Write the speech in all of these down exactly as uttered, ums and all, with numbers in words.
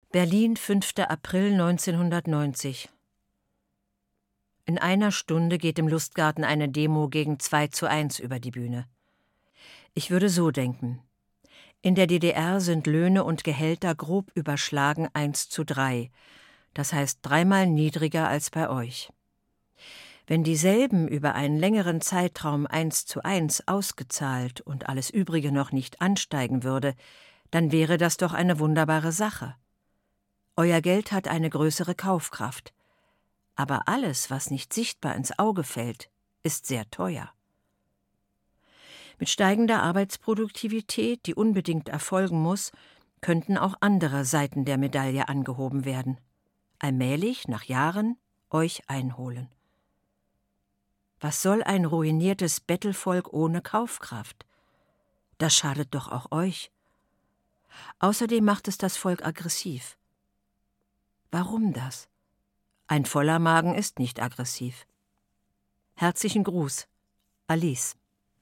Berlin, fünfter April neunzehnhundertneunzig. In einer Stunde geht im Lustgarten eine Demo gegen zwei zu eins über die Bühne. Ich würde so denken: In der D D R sind Löhne und Gehälter grob überschlagen eins zu drei, das heißt dreimal niedriger als bei euch. Wenn dieselben über einen längeren Zeitraum eins zu eins ausgezahlt und alles Übrige noch nicht ansteigen würde, dann wäre das doch eine wunderbare Sache. Euer Geld hat eine größere Kaufkraft. Aber alles, was nicht sichtbar ins Auge fällt, ist sehr teuer. Mit steigender Arbeitsproduktivität, die unbedingt erfolgen muss, könnten auch andere Seiten der Medaille angehoben werden. Allmählich, nach Jahren, euch einholen. Was soll ein ruiniertes Bettelvolk ohne Kaufkraft? Das schadet doch auch euch. Außerdem macht es das Volk aggressiv. Warum das? Ein voller Magen ist nicht aggressiv. Herzlichen Gruß, Alice.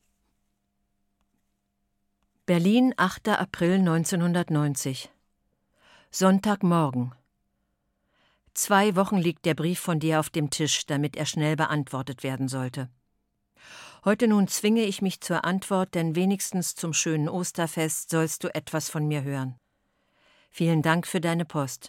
Berlin, achter April neunzehnhundertneunzig. Sonntagmorgen. Zwei Wochen liegt der Brief von dir auf dem Tisch, damit er schnell beantwortet werden sollte. Heute nun zwinge ich mich zur Antwort, denn wenigstens zum schönen Osterfest sollst du etwas von mir hören. Vielen Dank für deine Post.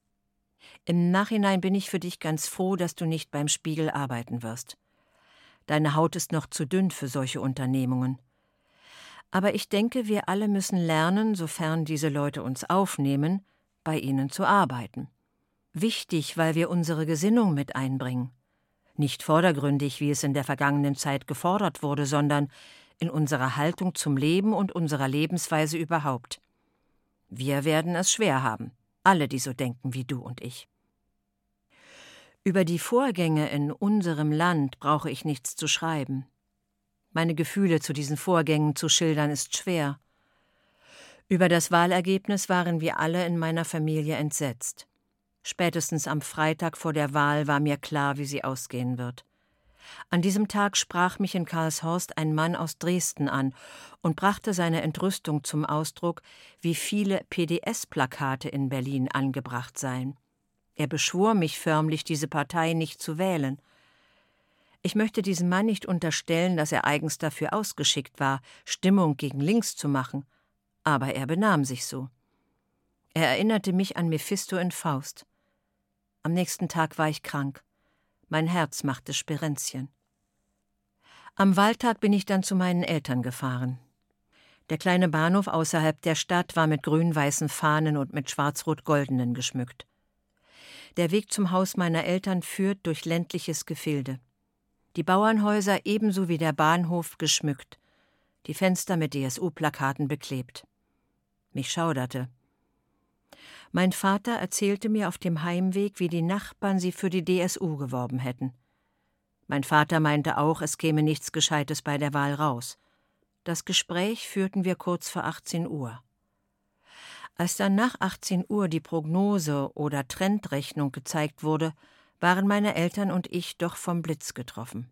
Im Nachhinein bin ich für dich ganz froh, dass du nicht beim Spiegel arbeiten wirst. Deine Haut ist noch zu dünn für solche Unternehmungen. Aber ich denke, wir alle müssen lernen, sofern diese Leute uns aufnehmen, bei ihnen zu arbeiten. Wichtig, weil wir unsere Gesinnung mit einbringen. Nicht vordergründig, wie es in der vergangenen Zeit gefordert wurde, sondern in unserer Haltung zum Leben und unserer Lebensweise überhaupt. Wir werden es schwer haben, alle, die so denken wie du und ich. Über die Vorgänge in unserem Land brauche ich nichts zu schreiben. Meine Gefühle zu diesen Vorgängen zu schildern ist schwer. Über das Wahlergebnis waren wir alle in meiner Familie entsetzt. Spätestens am Freitag vor der Wahl war mir klar, wie sie ausgehen wird. An diesem Tag sprach mich in Karlshorst ein Mann aus Dresden an und brachte seine Entrüstung zum Ausdruck, wie viele P D S-Plakate in Berlin angebracht seien. Er beschwor mich förmlich, diese Partei nicht zu wählen. Ich möchte diesem Mann nicht unterstellen, dass er eigens dafür ausgeschickt war, Stimmung gegen links zu machen, aber er benahm sich so. Er erinnerte mich an Mephisto in Faust. Am nächsten Tag war ich krank. Mein Herz machte Sperenzchen. Am Wahltag bin ich dann zu meinen Eltern gefahren. Der kleine Bahnhof außerhalb der Stadt war mit grün-weißen Fahnen und mit schwarz-rot-goldenen geschmückt. Der Weg zum Haus meiner Eltern führt durch ländliches Gefilde. Die Bauernhäuser ebenso wie der Bahnhof geschmückt, die Fenster mit D S U-Plakaten beklebt. Mich schauderte. Mein Vater erzählte mir auf dem Heimweg, wie die Nachbarn sie für die D S U geworben hätten. Mein Vater meinte auch, es käme nichts Gescheites bei der Wahl raus. Das Gespräch führten wir kurz vor achtzehn Uhr. Als dann nach achtzehn Uhr die Prognose oder Trendrechnung gezeigt wurde, waren meine Eltern und ich doch vom Blitz getroffen.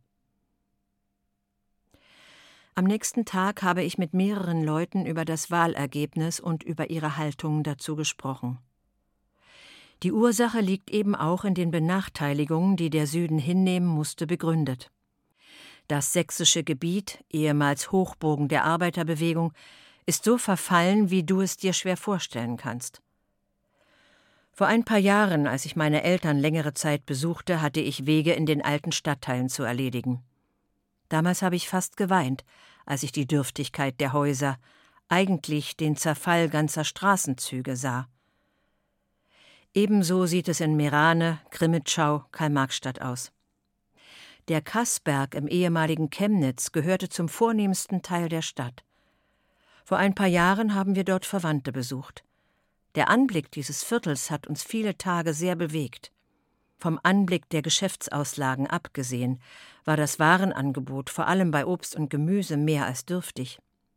Am nächsten Tag habe ich mit mehreren Leuten über das Wahlergebnis und über ihre Haltung dazu gesprochen. Die Ursache liegt eben auch in den Benachteiligungen, die der Süden hinnehmen musste, begründet. Das sächsische Gebiet, ehemals Hochburgen der Arbeiterbewegung, ist so verfallen, wie du es dir schwer vorstellen kannst. Vor ein paar Jahren, als ich meine Eltern längere Zeit besuchte, hatte ich Wege in den alten Stadtteilen zu erledigen. Damals habe ich fast geweint, als ich die Dürftigkeit der Häuser, eigentlich den Zerfall ganzer Straßenzüge sah. Ebenso sieht es in Meerane, Grimmitschau, Karl-Marx-Stadt aus. Der Kaßberg im ehemaligen Chemnitz gehörte zum vornehmsten Teil der Stadt. Vor ein paar Jahren haben wir dort Verwandte besucht. Der Anblick dieses Viertels hat uns viele Tage sehr bewegt. Vom Anblick der Geschäftsauslagen abgesehen, war das Warenangebot vor allem bei Obst und Gemüse mehr als dürftig.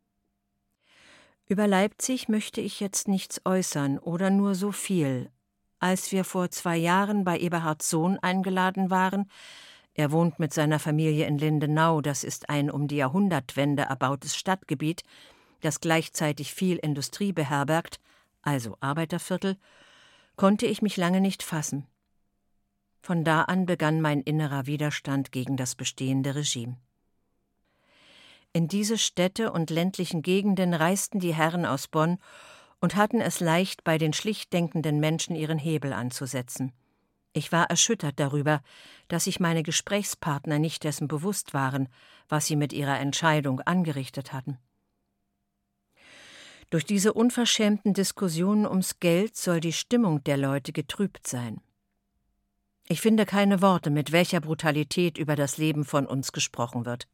Über Leipzig möchte ich jetzt nichts äußern oder nur so viel. Als wir vor zwei Jahren bei Eberhards Sohn eingeladen waren, er wohnt mit seiner Familie in Lindenau, das ist ein um die Jahrhundertwende erbautes Stadtgebiet, das gleichzeitig viel Industrie beherbergt, also Arbeiterviertel, konnte ich mich lange nicht fassen. Von da an begann mein innerer Widerstand gegen das bestehende Regime. In diese Städte und ländlichen Gegenden reisten die Herren aus Bonn und hatten es leicht, bei den schlicht denkenden Menschen ihren Hebel anzusetzen. Ich war erschüttert darüber, dass sich meine Gesprächspartner nicht dessen bewusst waren, was sie mit ihrer Entscheidung angerichtet hatten. Durch diese unverschämten Diskussionen ums Geld soll die Stimmung der Leute getrübt sein. Ich finde keine Worte, mit welcher Brutalität über das Leben von uns gesprochen wird.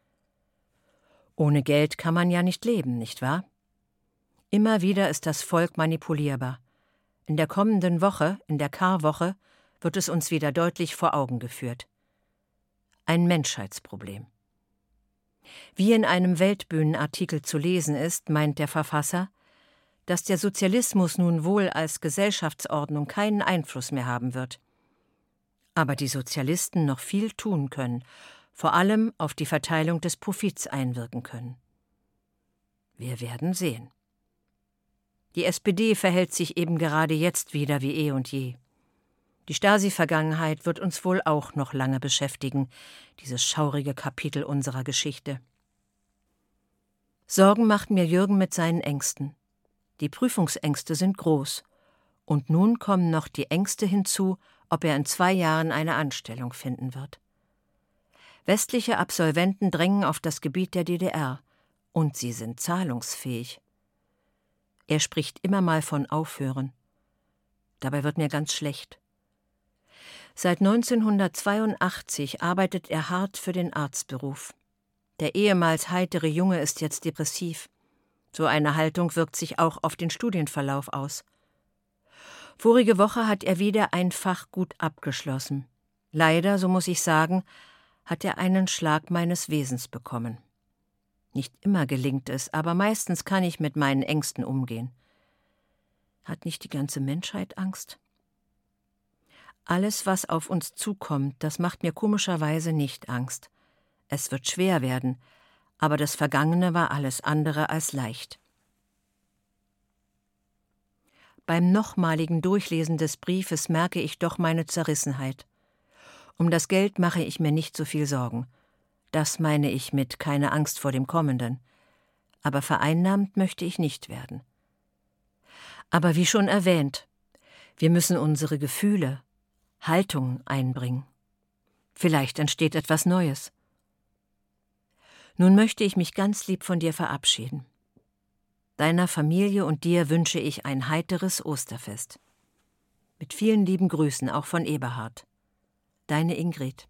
Ohne Geld kann man ja nicht leben, nicht wahr? Immer wieder ist das Volk manipulierbar. In der kommenden Woche, in der Karwoche, wird es uns wieder deutlich vor Augen geführt. Ein Menschheitsproblem. Wie in einem Weltbühnenartikel zu lesen ist, meint der Verfasser, dass der Sozialismus nun wohl als Gesellschaftsordnung keinen Einfluss mehr haben wird. Aber die Sozialisten noch viel tun können, vor allem auf die Verteilung des Profits einwirken können. Wir werden sehen. Die S P D verhält sich eben gerade jetzt wieder wie eh und je. Die Stasi-Vergangenheit wird uns wohl auch noch lange beschäftigen, dieses schaurige Kapitel unserer Geschichte. Sorgen macht mir Jürgen mit seinen Ängsten. Die Prüfungsängste sind groß. Und nun kommen noch die Ängste hinzu, ob er in zwei Jahren eine Anstellung finden wird. Westliche Absolventen drängen auf das Gebiet der D D R, und sie sind zahlungsfähig. Er spricht immer mal von Aufhören. Dabei wird mir ganz schlecht. Seit neunzehnhundertzweiundachtzig arbeitet er hart für den Arztberuf. Der ehemals heitere Junge ist jetzt depressiv. So eine Haltung wirkt sich auch auf den Studienverlauf aus. Vorige Woche hat er wieder ein Fach gut abgeschlossen. Leider, so muss ich sagen, hat er einen Schlag meines Wesens bekommen. Nicht immer gelingt es, aber meistens kann ich mit meinen Ängsten umgehen. Hat nicht die ganze Menschheit Angst? Alles, was auf uns zukommt, das macht mir komischerweise nicht Angst. Es wird schwer werden, aber das Vergangene war alles andere als leicht. Beim nochmaligen Durchlesen des Briefes merke ich doch meine Zerrissenheit. Um das Geld mache ich mir nicht so viel Sorgen. Das meine ich mit keine Angst vor dem Kommenden. Aber vereinnahmt möchte ich nicht werden. Aber wie schon erwähnt, wir müssen unsere Gefühle, Haltung einbringen. Vielleicht entsteht etwas Neues. Nun möchte ich mich ganz lieb von dir verabschieden. Deiner Familie und dir wünsche ich ein heiteres Osterfest. Mit vielen lieben Grüßen, auch von Eberhard. Deine Ingrid.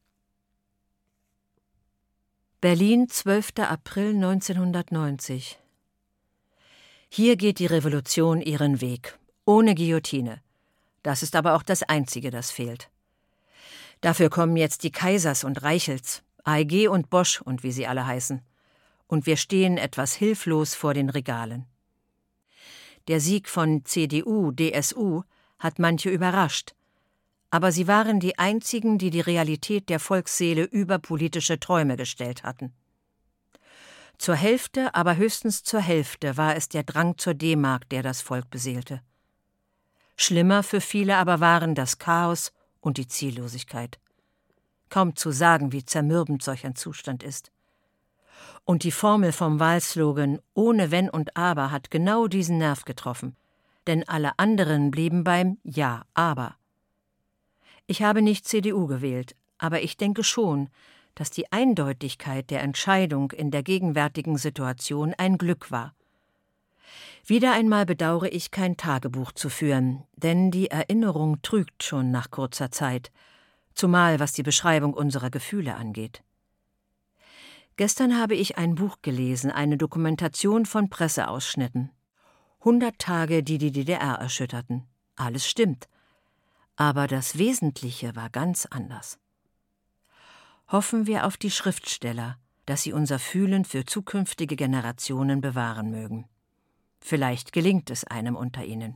Berlin, zwölfter April neunzehnhundertneunzig. Hier geht die Revolution ihren Weg, ohne Guillotine. Das ist aber auch das Einzige, das fehlt. Dafür kommen jetzt die Kaisers und Reichels, A E G und Bosch und wie sie alle heißen. Und wir stehen etwas hilflos vor den Regalen. Der Sieg von C D U, D S U hat manche überrascht, aber sie waren die einzigen, die die Realität der Volksseele über politische Träume gestellt hatten. Zur Hälfte, aber höchstens zur Hälfte, war es der Drang zur D-Mark, der das Volk beseelte. Schlimmer für viele aber waren das Chaos und die Ziellosigkeit. Kaum zu sagen, wie zermürbend solch ein Zustand ist. Und die Formel vom Wahlslogan »Ohne Wenn und Aber« hat genau diesen Nerv getroffen. Denn alle anderen blieben beim »Ja, aber«. Ich habe nicht C D U gewählt, aber ich denke schon, dass die Eindeutigkeit der Entscheidung in der gegenwärtigen Situation ein Glück war. Wieder einmal bedauere ich, kein Tagebuch zu führen, denn die Erinnerung trügt schon nach kurzer Zeit, zumal was die Beschreibung unserer Gefühle angeht. Gestern habe ich ein Buch gelesen, eine Dokumentation von Presseausschnitten. Hundert Tage, die die D D R erschütterten. Alles stimmt. Aber das Wesentliche war ganz anders. Hoffen wir auf die Schriftsteller, dass sie unser Fühlen für zukünftige Generationen bewahren mögen. Vielleicht gelingt es einem unter ihnen.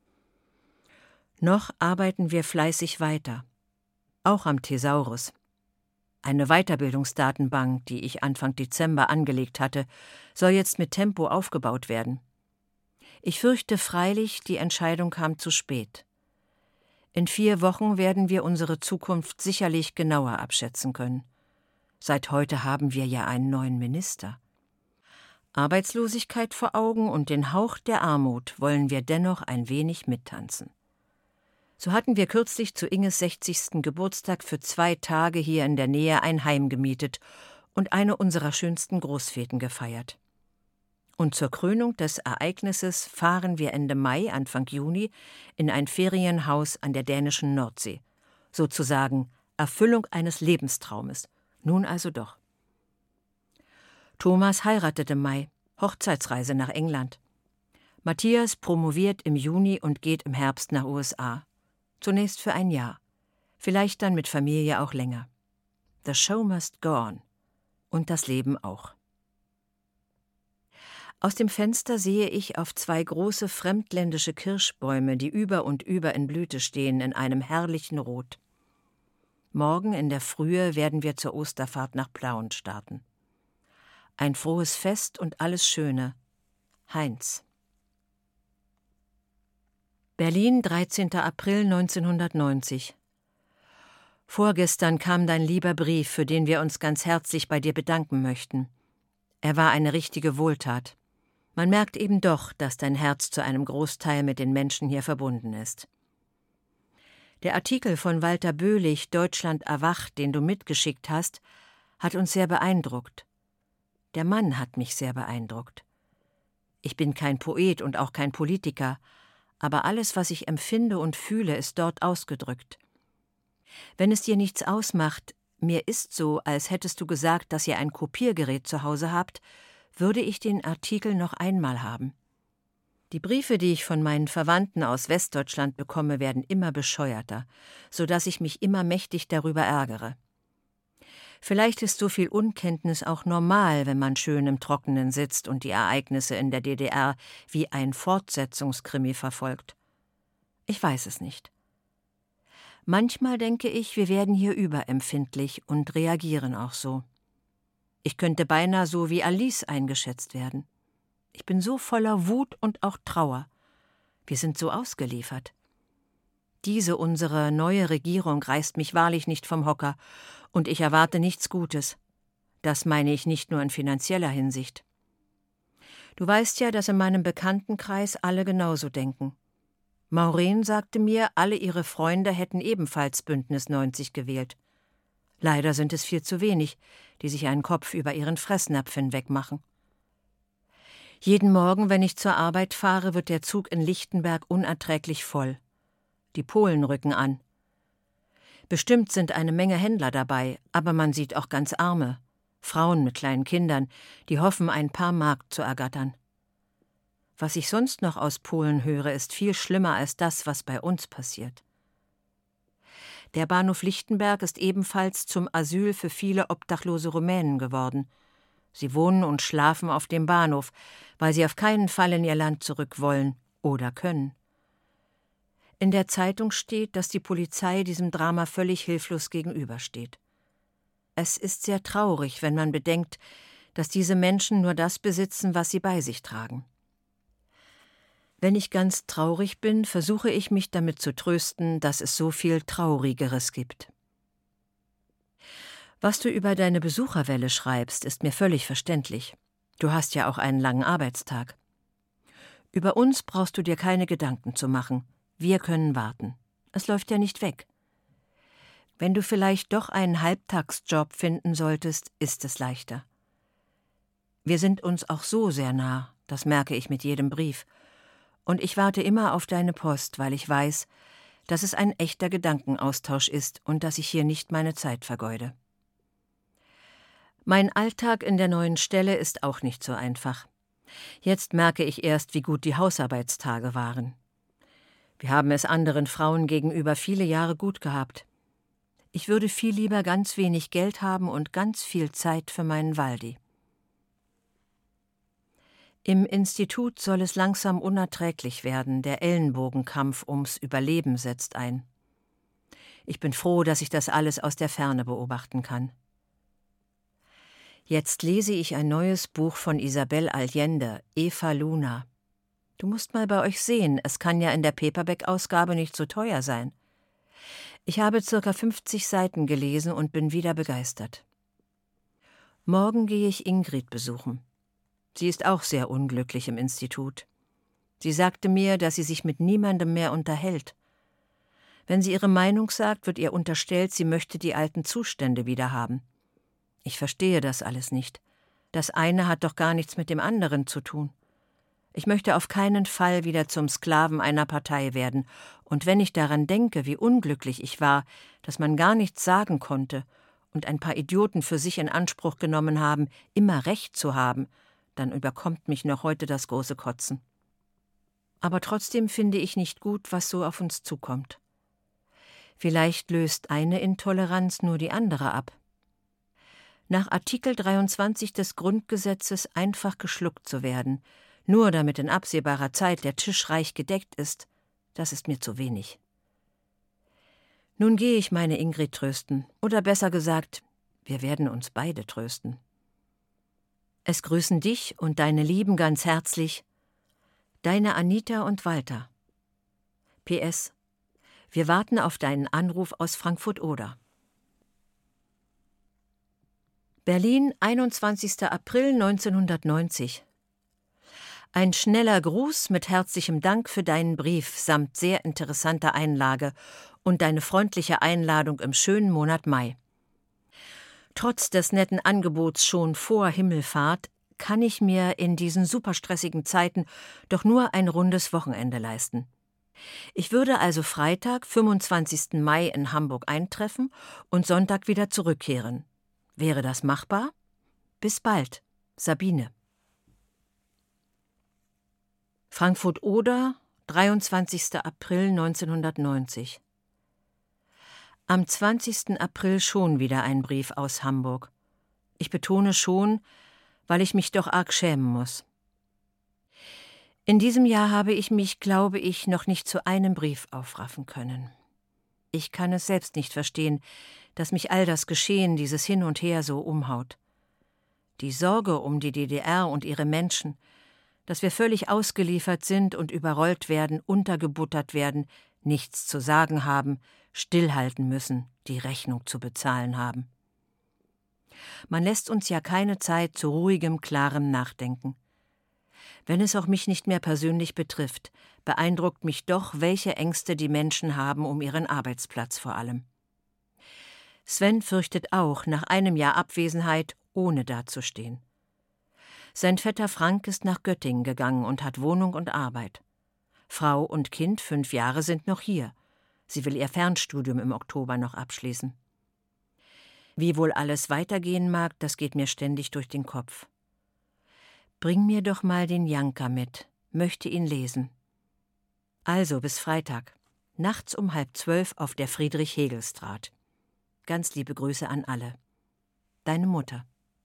Noch arbeiten wir fleißig weiter. Auch am Thesaurus. Eine Weiterbildungsdatenbank, die ich Anfang Dezember angelegt hatte, soll jetzt mit Tempo aufgebaut werden. Ich fürchte freilich, die Entscheidung kam zu spät. In vier Wochen werden wir unsere Zukunft sicherlich genauer abschätzen können. Seit heute haben wir ja einen neuen Minister. Arbeitslosigkeit vor Augen und den Hauch der Armut wollen wir dennoch ein wenig mittanzen. So hatten wir kürzlich zu Inges sechzigsten Geburtstag für zwei Tage hier in der Nähe ein Heim gemietet und eine unserer schönsten Großfeten gefeiert. Und zur Krönung des Ereignisses fahren wir Ende Mai, Anfang Juni in ein Ferienhaus an der dänischen Nordsee. Sozusagen Erfüllung eines Lebenstraumes. Nun also doch. Thomas heiratet im Mai, Hochzeitsreise nach England. Matthias promoviert im Juni und geht im Herbst nach U S A. Zunächst für ein Jahr. Vielleicht dann mit Familie auch länger. The show must go on. Und das Leben auch. Aus dem Fenster sehe ich auf zwei große fremdländische Kirschbäume, die über und über in Blüte stehen, in einem herrlichen Rot. Morgen in der Frühe werden wir zur Osterfahrt nach Plauen starten. Ein frohes Fest und alles Schöne. Heinz. Berlin, dreizehnter April neunzehnhundertneunzig. Vorgestern kam dein lieber Brief, für den wir uns ganz herzlich bei dir bedanken möchten. Er war eine richtige Wohltat. Man merkt eben doch, dass dein Herz zu einem Großteil mit den Menschen hier verbunden ist. Der Artikel von Walter Böhlich, Deutschland erwacht, den du mitgeschickt hast, hat uns sehr beeindruckt. Der Mann hat mich sehr beeindruckt. Ich bin kein Poet und auch kein Politiker, aber alles, was ich empfinde und fühle, ist dort ausgedrückt. Wenn es dir nichts ausmacht, mir ist so, als hättest du gesagt, dass ihr ein Kopiergerät zu Hause habt, würde ich den Artikel noch einmal haben. Die Briefe, die ich von meinen Verwandten aus Westdeutschland bekomme, werden immer bescheuerter, so dass ich mich immer mächtig darüber ärgere. Vielleicht ist so viel Unkenntnis auch normal, wenn man schön im Trockenen sitzt und die Ereignisse in der D D R wie ein Fortsetzungskrimi verfolgt. Ich weiß es nicht. Manchmal denke ich, wir werden hier überempfindlich und reagieren auch so. Ich könnte beinahe so wie Alice eingeschätzt werden. Ich bin so voller Wut und auch Trauer. Wir sind so ausgeliefert. Diese unsere neue Regierung reißt mich wahrlich nicht vom Hocker, und ich erwarte nichts Gutes. Das meine ich nicht nur in finanzieller Hinsicht. Du weißt ja, dass in meinem Bekanntenkreis alle genauso denken. Maureen sagte mir, alle ihre Freunde hätten ebenfalls Bündnis neunzig gewählt. Leider sind es viel zu wenig, die sich einen Kopf über ihren Fressnapf hinwegmachen. Jeden Morgen, wenn ich zur Arbeit fahre, wird der Zug in Lichtenberg unerträglich voll. Die Polen rücken an. Bestimmt sind eine Menge Händler dabei, aber man sieht auch ganz Arme, Frauen mit kleinen Kindern, die hoffen, ein paar Mark zu ergattern. Was ich sonst noch aus Polen höre, ist viel schlimmer als das, was bei uns passiert. Der Bahnhof Lichtenberg ist ebenfalls zum Asyl für viele obdachlose Rumänen geworden. Sie wohnen und schlafen auf dem Bahnhof, weil sie auf keinen Fall in ihr Land zurück wollen oder können. In der Zeitung steht, dass die Polizei diesem Drama völlig hilflos gegenübersteht. Es ist sehr traurig, wenn man bedenkt, dass diese Menschen nur das besitzen, was sie bei sich tragen. Wenn ich ganz traurig bin, versuche ich mich damit zu trösten, dass es so viel Traurigeres gibt. Was du über deine Besucherwelle schreibst, ist mir völlig verständlich. Du hast ja auch einen langen Arbeitstag. Über uns brauchst du dir keine Gedanken zu machen. Wir können warten. Es läuft ja nicht weg. Wenn du vielleicht doch einen Halbtagsjob finden solltest, ist es leichter. Wir sind uns auch so sehr nah, das merke ich mit jedem Brief. Und ich warte immer auf deine Post, weil ich weiß, dass es ein echter Gedankenaustausch ist und dass ich hier nicht meine Zeit vergeude. Mein Alltag in der neuen Stelle ist auch nicht so einfach. Jetzt merke ich erst, wie gut die Hausarbeitstage waren. Wir haben es anderen Frauen gegenüber viele Jahre gut gehabt. Ich würde viel lieber ganz wenig Geld haben und ganz viel Zeit für meinen Waldi. Im Institut soll es langsam unerträglich werden, der Ellenbogenkampf ums Überleben setzt ein. Ich bin froh, dass ich das alles aus der Ferne beobachten kann. Jetzt lese ich ein neues Buch von Isabel Allende, Eva Luna. Du musst mal bei euch sehen, es kann ja in der Paperback-Ausgabe nicht so teuer sein. Ich habe circa fünfzig Seiten gelesen und bin wieder begeistert. Morgen gehe ich Ingrid besuchen. Sie ist auch sehr unglücklich im Institut. Sie sagte mir, dass sie sich mit niemandem mehr unterhält. Wenn sie ihre Meinung sagt, wird ihr unterstellt, sie möchte die alten Zustände wieder haben. Ich verstehe das alles nicht. Das eine hat doch gar nichts mit dem anderen zu tun. Ich möchte auf keinen Fall wieder zum Sklaven einer Partei werden, und wenn ich daran denke, wie unglücklich ich war, dass man gar nichts sagen konnte und ein paar Idioten für sich in Anspruch genommen haben, immer Recht zu haben, dann überkommt mich noch heute das große Kotzen. Aber trotzdem finde ich nicht gut, was so auf uns zukommt. Vielleicht löst eine Intoleranz nur die andere ab. Nach Artikel dreiundzwanzig des Grundgesetzes einfach geschluckt zu werden, nur damit in absehbarer Zeit der Tisch reich gedeckt ist, das ist mir zu wenig. Nun gehe ich meine Ingrid trösten, oder besser gesagt, wir werden uns beide trösten. Es grüßen dich und deine Lieben ganz herzlich, deine Anita und Walter. P S. Wir warten auf deinen Anruf aus Frankfurt-Oder. Berlin, einundzwanzigster April neunzehnhundertneunzig. Ein schneller Gruß mit herzlichem Dank für deinen Brief samt sehr interessanter Einlage und deine freundliche Einladung im schönen Monat Mai. Trotz des netten Angebots schon vor Himmelfahrt kann ich mir in diesen superstressigen Zeiten doch nur ein rundes Wochenende leisten. Ich würde also Freitag, fünfundzwanzigsten Mai in Hamburg eintreffen und Sonntag wieder zurückkehren. Wäre das machbar? Bis bald, Sabine. Frankfurt-Oder, dreiundzwanzigster April neunzehnhundertneunzig. Am zwanzigsten April schon wieder ein Brief aus Hamburg. Ich betone schon, weil ich mich doch arg schämen muss. In diesem Jahr habe ich mich, glaube ich, noch nicht zu einem Brief aufraffen können. Ich kann es selbst nicht verstehen, dass mich all das Geschehen, dieses Hin und Her so umhaut. Die Sorge um die D D R und ihre Menschen, dass wir völlig ausgeliefert sind und überrollt werden, untergebuttert werden, nichts zu sagen haben, stillhalten müssen, die Rechnung zu bezahlen haben. Man lässt uns ja keine Zeit zu ruhigem, klarem Nachdenken. Wenn es auch mich nicht mehr persönlich betrifft, beeindruckt mich doch, welche Ängste die Menschen haben um ihren Arbeitsplatz vor allem. Sven fürchtet auch, nach einem Jahr Abwesenheit ohne dazustehen. Sein Vetter Frank ist nach Göttingen gegangen und hat Wohnung und Arbeit. Frau und Kind, fünf Jahre, sind noch hier. Sie will ihr Fernstudium im Oktober noch abschließen. Wie wohl alles weitergehen mag, das geht mir ständig durch den Kopf. Bring mir doch mal den Janka mit, möchte ihn lesen. Also bis Freitag, nachts um halb zwölf auf der Friedrich-Hegel-Straat. Ganz liebe Grüße an alle. Deine Mutter.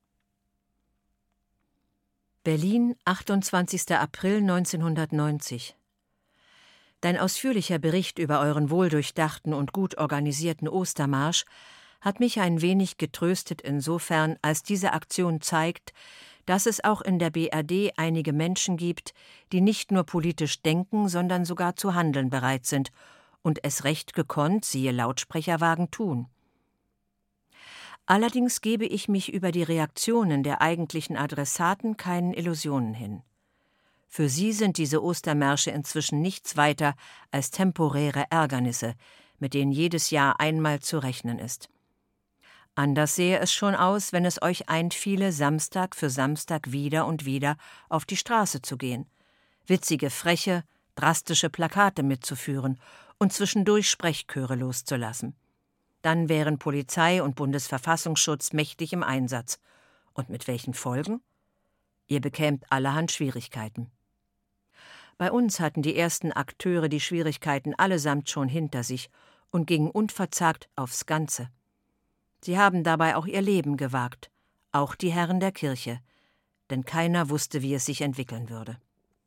Berlin, achtundzwanzigster April neunzehnhundertneunzig. Dein ausführlicher Bericht über euren wohldurchdachten und gut organisierten Ostermarsch hat mich ein wenig getröstet insofern, als diese Aktion zeigt, dass es auch in der B R D einige Menschen gibt, die nicht nur politisch denken, sondern sogar zu handeln bereit sind und es recht gekonnt, siehe Lautsprecherwagen, tun. Allerdings gebe ich mich über die Reaktionen der eigentlichen Adressaten keinen Illusionen hin. Für sie sind diese Ostermärsche inzwischen nichts weiter als temporäre Ärgernisse, mit denen jedes Jahr einmal zu rechnen ist. Anders sähe es schon aus, wenn es euch einfiele, Samstag für Samstag wieder und wieder auf die Straße zu gehen, witzige, freche, drastische Plakate mitzuführen und zwischendurch Sprechchöre loszulassen. Dann wären Polizei und Bundesverfassungsschutz mächtig im Einsatz. Und mit welchen Folgen? Ihr bekämt allerhand Schwierigkeiten. Bei uns hatten die ersten Akteure die Schwierigkeiten allesamt schon hinter sich und gingen unverzagt aufs Ganze. Sie haben dabei auch ihr Leben gewagt, auch die Herren der Kirche, denn keiner wusste, wie es sich entwickeln würde.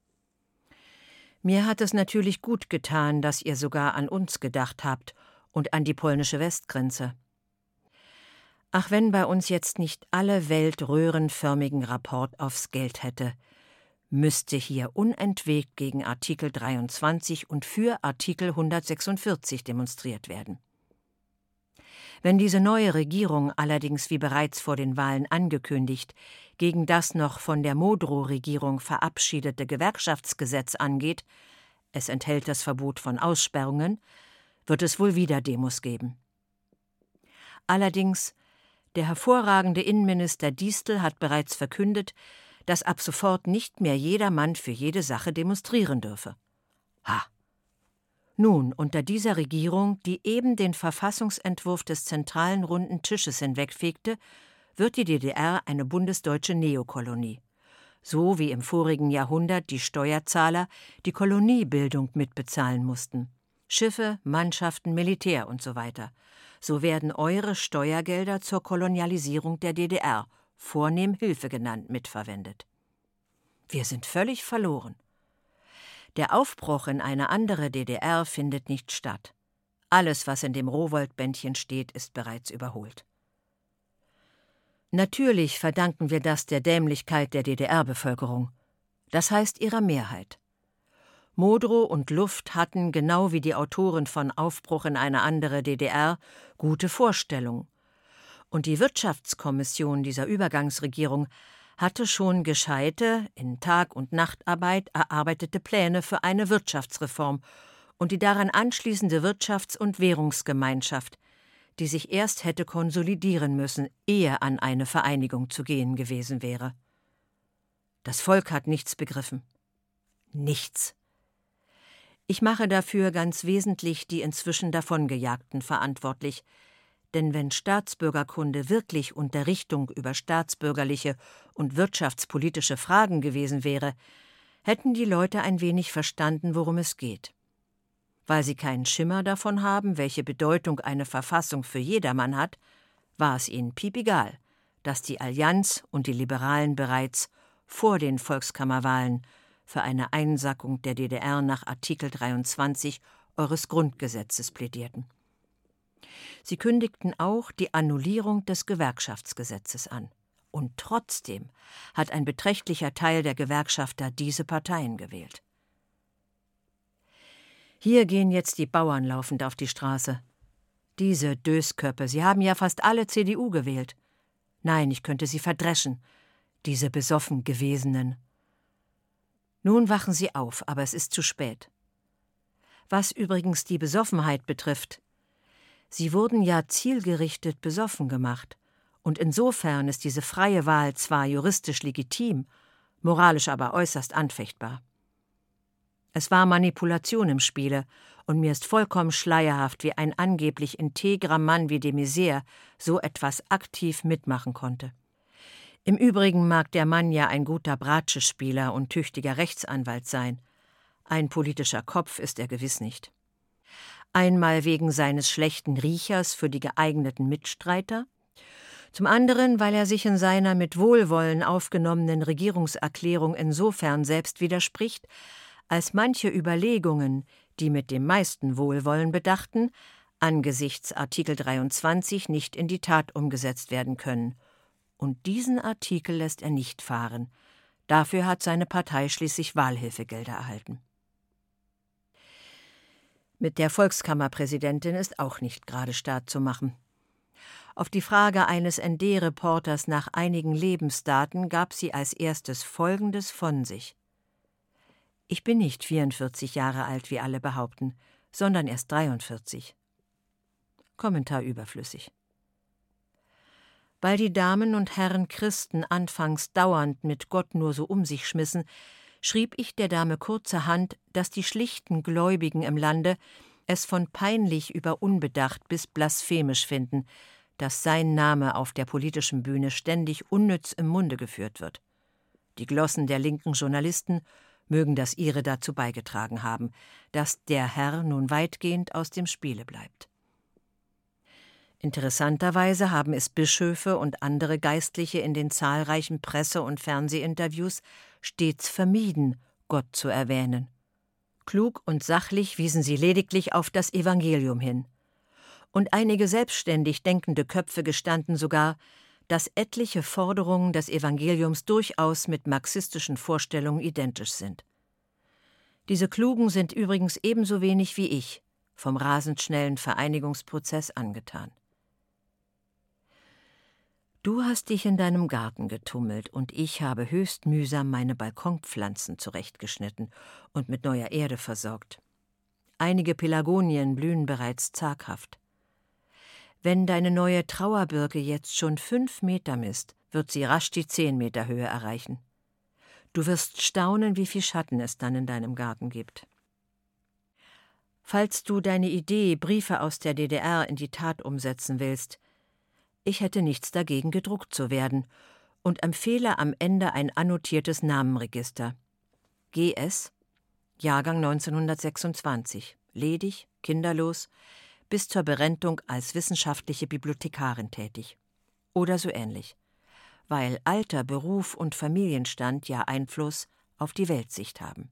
Mir hat es natürlich gut getan, dass ihr sogar an uns gedacht habt und an die polnische Westgrenze. Ach, wenn bei uns jetzt nicht alle Welt röhrenförmigen Rapport aufs Geld hätte, müsste hier unentwegt gegen Artikel dreiundzwanzig und für Artikel hundertsechsundvierzig demonstriert werden. Wenn diese neue Regierung allerdings, wie bereits vor den Wahlen angekündigt, gegen das noch von der Modrow-Regierung verabschiedete Gewerkschaftsgesetz angeht, es enthält das Verbot von Aussperrungen, wird es wohl wieder Demos geben. Allerdings, der hervorragende Innenminister Diestel hat bereits verkündet, dass ab sofort nicht mehr jeder Mann für jede Sache demonstrieren dürfe. Ha! Nun, unter dieser Regierung, die eben den Verfassungsentwurf des zentralen runden Tisches hinwegfegte, wird die D D R eine bundesdeutsche Neokolonie. So wie im vorigen Jahrhundert die Steuerzahler die Koloniebildung mitbezahlen mussten. Schiffe, Mannschaften, Militär und so weiter. So werden eure Steuergelder zur Kolonialisierung der D D R, vornehm Hilfe genannt, mitverwendet. Wir sind völlig verloren. Der Aufbruch in eine andere D D R findet nicht statt. Alles, was in dem Rowohlt-Bändchen steht, ist bereits überholt. Natürlich verdanken wir das der Dämlichkeit der D D R-Bevölkerung, das heißt ihrer Mehrheit. Modrow und Luft hatten, genau wie die Autoren von Aufbruch in eine andere D D R, gute Vorstellungen. Und die Wirtschaftskommission dieser Übergangsregierung hatte schon gescheite, in Tag- und Nachtarbeit erarbeitete Pläne für eine Wirtschaftsreform und die daran anschließende Wirtschafts- und Währungsgemeinschaft, die sich erst hätte konsolidieren müssen, ehe an eine Vereinigung zu gehen gewesen wäre. Das Volk hat nichts begriffen. Nichts. Ich mache dafür ganz wesentlich die inzwischen davongejagten verantwortlich, denn wenn Staatsbürgerkunde wirklich Unterrichtung über staatsbürgerliche und wirtschaftspolitische Fragen gewesen wäre, hätten die Leute ein wenig verstanden, worum es geht. Weil sie keinen Schimmer davon haben, welche Bedeutung eine Verfassung für jedermann hat, war es ihnen piepegal, dass die Allianz und die Liberalen bereits vor den Volkskammerwahlen für eine Einsackung der D D R nach Artikel dreiundzwanzig eures Grundgesetzes plädierten. Sie kündigten auch die Annullierung des Gewerkschaftsgesetzes an. Und trotzdem hat ein beträchtlicher Teil der Gewerkschafter diese Parteien gewählt. Hier gehen jetzt die Bauern laufend auf die Straße. Diese Dösköppe, sie haben ja fast alle C D U gewählt. Nein, ich könnte sie verdreschen, diese besoffen Gewesenen. Nun wachen sie auf, aber es ist zu spät. Was übrigens die Besoffenheit betrifft, sie wurden ja zielgerichtet besoffen gemacht, und insofern ist diese freie Wahl zwar juristisch legitim, moralisch aber äußerst anfechtbar. Es war Manipulation im Spiele, und mir ist vollkommen schleierhaft, wie ein angeblich integrer Mann wie de Maizière so etwas aktiv mitmachen konnte. Im Übrigen mag der Mann ja ein guter Bratschespieler und tüchtiger Rechtsanwalt sein. Ein politischer Kopf ist er gewiss nicht. Einmal wegen seines schlechten Riechers für die geeigneten Mitstreiter, zum anderen, weil er sich in seiner mit Wohlwollen aufgenommenen Regierungserklärung insofern selbst widerspricht, als manche Überlegungen, die mit dem meisten Wohlwollen bedachten, angesichts Artikel dreiundzwanzig nicht in die Tat umgesetzt werden können. Und diesen Artikel lässt er nicht fahren. Dafür hat seine Partei schließlich Wahlhilfegelder erhalten. Mit der Volkskammerpräsidentin ist auch nicht gerade Staat zu machen. Auf die Frage eines N D-Reporters nach einigen Lebensdaten gab sie als erstes Folgendes von sich: Ich bin nicht vierundvierzig Jahre alt, wie alle behaupten, sondern erst dreiundvierzig. Kommentar überflüssig. Weil die Damen und Herren Christen anfangs dauernd mit Gott nur so um sich schmissen, schrieb ich der Dame kurzerhand, dass die schlichten Gläubigen im Lande es von peinlich über unbedacht bis blasphemisch finden, dass sein Name auf der politischen Bühne ständig unnütz im Munde geführt wird. Die Glossen der linken Journalisten mögen das ihre dazu beigetragen haben, dass der Herr nun weitgehend aus dem Spiele bleibt. Interessanterweise haben es Bischöfe und andere Geistliche in den zahlreichen Presse- und Fernsehinterviews stets vermieden, Gott zu erwähnen. Klug und sachlich wiesen sie lediglich auf das Evangelium hin. Und einige selbstständig denkende Köpfe gestanden sogar, dass etliche Forderungen des Evangeliums durchaus mit marxistischen Vorstellungen identisch sind. Diese Klugen sind übrigens ebenso wenig wie ich vom rasend schnellen Vereinigungsprozess angetan. Du hast dich in deinem Garten getummelt und ich habe höchst mühsam meine Balkonpflanzen zurechtgeschnitten und mit neuer Erde versorgt. Einige Pelargonien blühen bereits zaghaft. Wenn deine neue Trauerbirke jetzt schon fünf Meter misst, wird sie rasch die zehn Meter Höhe erreichen. Du wirst staunen, wie viel Schatten es dann in deinem Garten gibt. Falls du deine Idee, Briefe aus der D D R in die Tat umsetzen willst, ich hätte nichts dagegen, gedruckt zu werden und empfehle am Ende ein annotiertes Namenregister. G S, Jahrgang neunzehnhundertsechsundzwanzig, ledig, kinderlos, bis zur Berentung als wissenschaftliche Bibliothekarin tätig. Oder so ähnlich, weil Alter, Beruf und Familienstand ja Einfluss auf die Weltsicht haben.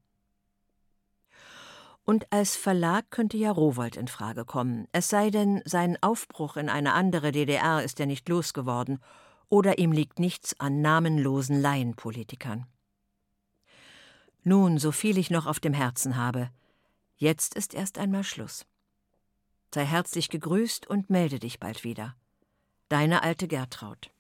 Und als Verlag könnte ja Rowohlt in Frage kommen, es sei denn, seinen Aufbruch in eine andere D D R ist er nicht losgeworden oder ihm liegt nichts an namenlosen Laienpolitikern. Nun, so viel ich noch auf dem Herzen habe, jetzt ist erst einmal Schluss. Sei herzlich gegrüßt und melde dich bald wieder. Deine alte Gertraud.